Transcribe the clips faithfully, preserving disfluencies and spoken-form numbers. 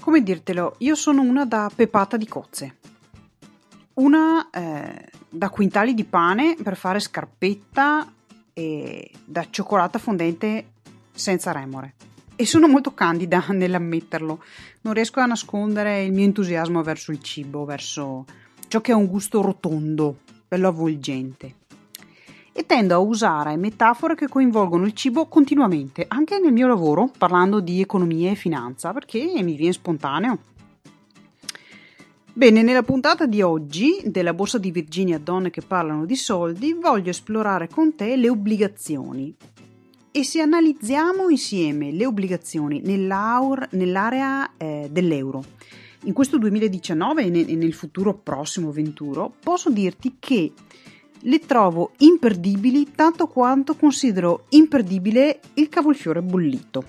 come dirtelo, io sono una da pepata di cozze, una eh, da quintali di pane per fare scarpetta e da cioccolata fondente senza remore. E sono molto candida nell'ammetterlo, non riesco a nascondere il mio entusiasmo verso il cibo, verso ciò che ha un gusto rotondo, bello avvolgente. E tendo a usare metafore che coinvolgono il cibo continuamente, anche nel mio lavoro, parlando di economia e finanza, perché mi viene spontaneo. Bene, nella puntata di oggi della Borsa di Virginia Donne che parlano di soldi, voglio esplorare con te le obbligazioni. E se analizziamo insieme le obbligazioni nell'area eh, dell'euro, in questo duemiladiciannove e nel futuro prossimo venturo, posso dirti che le trovo imperdibili tanto quanto considero imperdibile il cavolfiore bollito.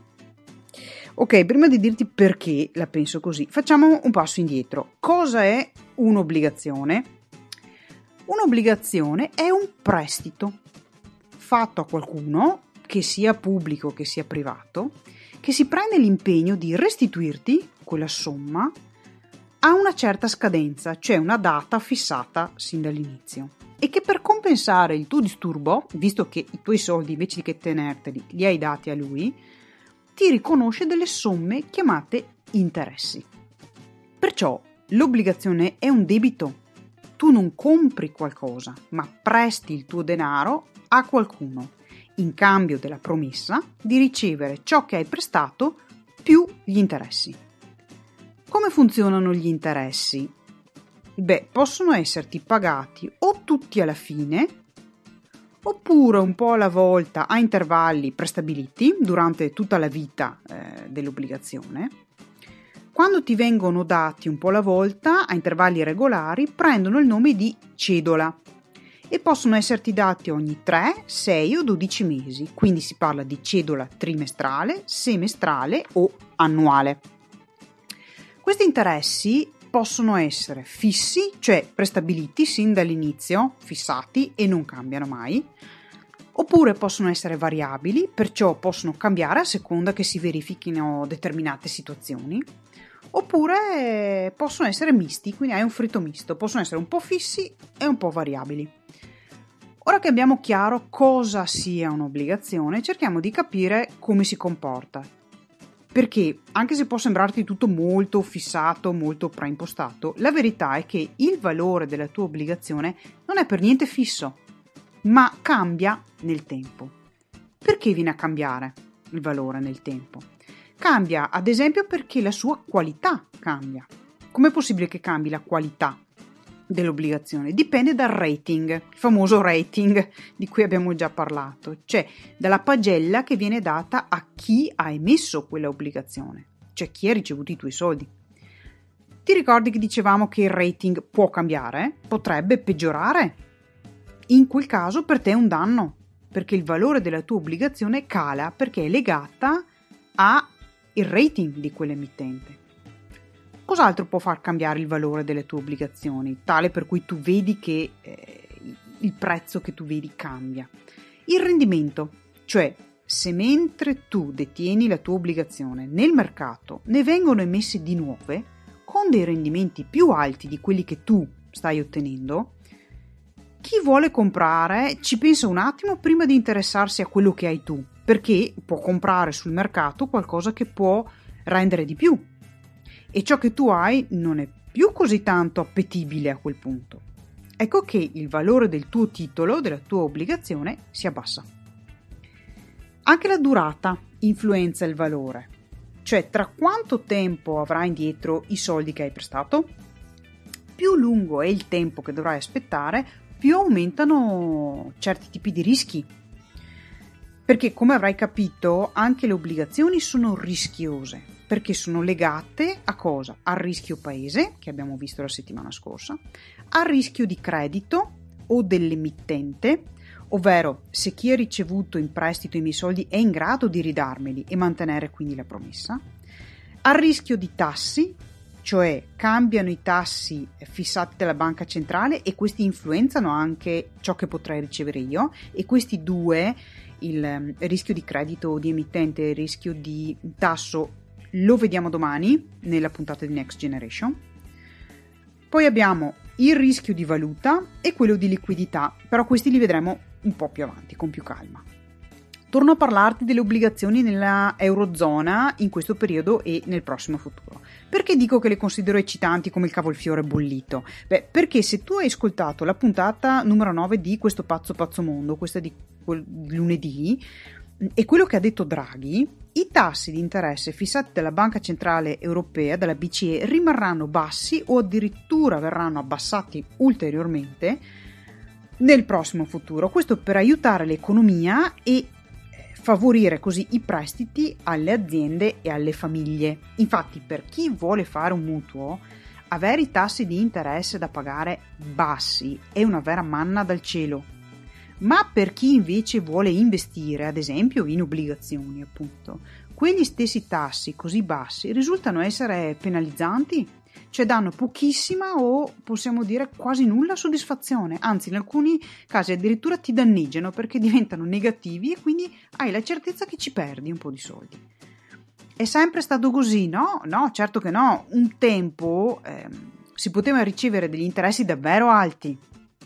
Ok, prima di dirti perché la penso così, facciamo un passo indietro. Cosa è un'obbligazione? Un'obbligazione è un prestito fatto a qualcuno, che sia pubblico che sia privato, che si prende l'impegno di restituirti quella somma a una certa scadenza, cioè una data fissata sin dall'inizio. E che per compensare il tuo disturbo, visto che i tuoi soldi invece che tenerteli li hai dati a lui, ti riconosce delle somme chiamate interessi. Perciò l'obbligazione è un debito. Tu non compri qualcosa, ma presti il tuo denaro a qualcuno, in cambio della promessa di ricevere ciò che hai prestato più gli interessi. Come funzionano gli interessi? Beh, possono esserti pagati o tutti alla fine, oppure un po' alla volta a intervalli prestabiliti durante tutta la vita eh, dell'obbligazione. Quando ti vengono dati un po' alla volta a intervalli regolari, prendono il nome di cedola e possono esserti dati ogni tre, sei o dodici mesi, quindi si parla di cedola trimestrale, semestrale o annuale. Questi interessi possono essere fissi, cioè prestabiliti sin dall'inizio, fissati e non cambiano mai, oppure possono essere variabili, perciò possono cambiare a seconda che si verifichino determinate situazioni, oppure possono essere misti, quindi hai un fritto misto, possono essere un po' fissi e un po' variabili. Ora che abbiamo chiaro cosa sia un'obbligazione, cerchiamo di capire come si comporta. Perché, anche se può sembrarti tutto molto fissato, molto preimpostato, la verità è che il valore della tua obbligazione non è per niente fisso, ma cambia nel tempo. Perché viene a cambiare il valore nel tempo? Cambia, ad esempio, perché la sua qualità cambia. Com'è possibile che cambi la qualità dell'obbligazione? Dipende dal rating, il famoso rating di cui abbiamo già parlato, cioè dalla pagella che viene data a chi ha emesso quella obbligazione, cioè chi ha ricevuto i tuoi soldi. Ti ricordi che dicevamo che il rating può cambiare? Potrebbe peggiorare? In quel caso per te è un danno, perché il valore della tua obbligazione cala perché è legata al rating di quell'emittente. Cos'altro può far cambiare il valore delle tue obbligazioni, tale per cui tu vedi che eh, il prezzo che tu vedi cambia? Il rendimento, cioè se mentre tu detieni la tua obbligazione nel mercato ne vengono emesse di nuove con dei rendimenti più alti di quelli che tu stai ottenendo, chi vuole comprare ci pensa un attimo prima di interessarsi a quello che hai tu, perché può comprare sul mercato qualcosa che può rendere di più. E ciò che tu hai non è più così tanto appetibile a quel punto. Ecco che il valore del tuo titolo, della tua obbligazione, si abbassa. Anche la durata influenza il valore, cioè tra quanto tempo avrai indietro i soldi che hai prestato. Più lungo è il tempo che dovrai aspettare, più aumentano certi tipi di rischi. Perché, come avrai capito, anche le obbligazioni sono rischiose. Perché sono legate a cosa? Al rischio paese, che abbiamo visto la settimana scorsa, al rischio di credito o dell'emittente, ovvero se chi ha ricevuto in prestito i miei soldi è in grado di ridarmeli e mantenere quindi la promessa, al rischio di tassi, cioè cambiano i tassi fissati dalla banca centrale e questi influenzano anche ciò che potrei ricevere io, e questi due, il rischio di credito o di emittente e il rischio di tasso, lo vediamo domani nella puntata di Next Generation. Poi abbiamo il rischio di valuta e quello di liquidità, però questi li vedremo un po' più avanti, con più calma. Torno a parlarti delle obbligazioni nella Eurozona in questo periodo e nel prossimo futuro. Perché dico che le considero eccitanti come il cavolfiore bollito? Beh, perché se tu hai ascoltato la puntata numero nove di Questo pazzo pazzo mondo, questa di lunedì, e quello che ha detto Draghi, i tassi di interesse fissati dalla Banca Centrale Europea, dalla B C E, rimarranno bassi o addirittura verranno abbassati ulteriormente nel prossimo futuro. Questo per aiutare l'economia e favorire così i prestiti alle aziende e alle famiglie. Infatti, per chi vuole fare un mutuo, avere i tassi di interesse da pagare bassi è una vera manna dal cielo. Ma per chi invece vuole investire, ad esempio in obbligazioni, appunto, quegli stessi tassi così bassi risultano essere penalizzanti, cioè danno pochissima o possiamo dire quasi nulla soddisfazione, anzi in alcuni casi addirittura ti danneggiano perché diventano negativi e quindi hai la certezza che ci perdi un po' di soldi. È sempre stato così, no? No, certo che no. Un tempo eh, si poteva ricevere degli interessi davvero alti,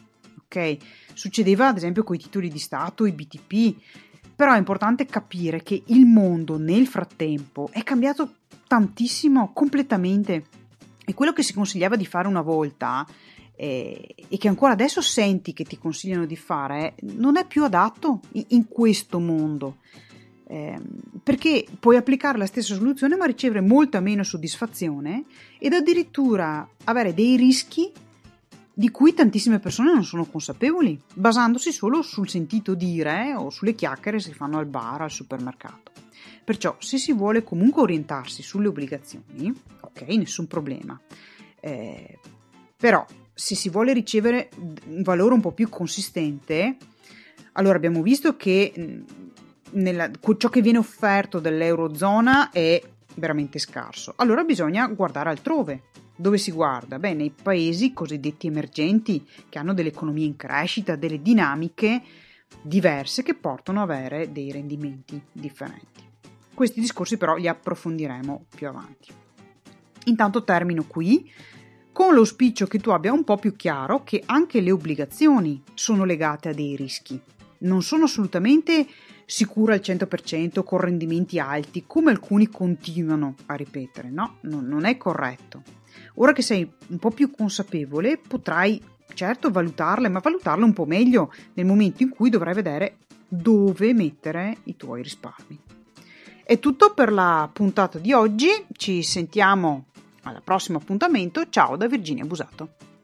ok? Succedeva ad esempio con i titoli di Stato, i B T P, però è importante capire che il mondo nel frattempo è cambiato tantissimo, completamente, e quello che si consigliava di fare una volta eh, e che ancora adesso senti che ti consigliano di fare non è più adatto in, in questo mondo, eh, perché puoi applicare la stessa soluzione ma ricevere molta meno soddisfazione ed addirittura avere dei rischi di cui tantissime persone non sono consapevoli, basandosi solo sul sentito dire o sulle chiacchiere che si fanno al bar, al supermercato. Perciò, se si vuole comunque orientarsi sulle obbligazioni, ok, nessun problema. Eh, però, se si vuole ricevere un valore un po' più consistente, allora abbiamo visto che nella, ciò che viene offerto dall'Eurozona è veramente scarso. Allora bisogna guardare altrove. Dove si guarda? Beh, nei paesi cosiddetti emergenti, che hanno delle economie in crescita, delle dinamiche diverse che portano ad avere dei rendimenti differenti. Questi discorsi però li approfondiremo più avanti. Intanto termino qui con l'auspicio che tu abbia un po' più chiaro che anche le obbligazioni sono legate a dei rischi. Non sono assolutamente sicure al cento per cento con rendimenti alti, come alcuni continuano a ripetere. No, non è corretto. Ora che sei un po' più consapevole, potrai certo valutarle, ma valutarle un po' meglio nel momento in cui dovrai vedere dove mettere i tuoi risparmi. È tutto per la puntata di oggi, ci sentiamo al prossimo appuntamento, ciao da Virginia Busato.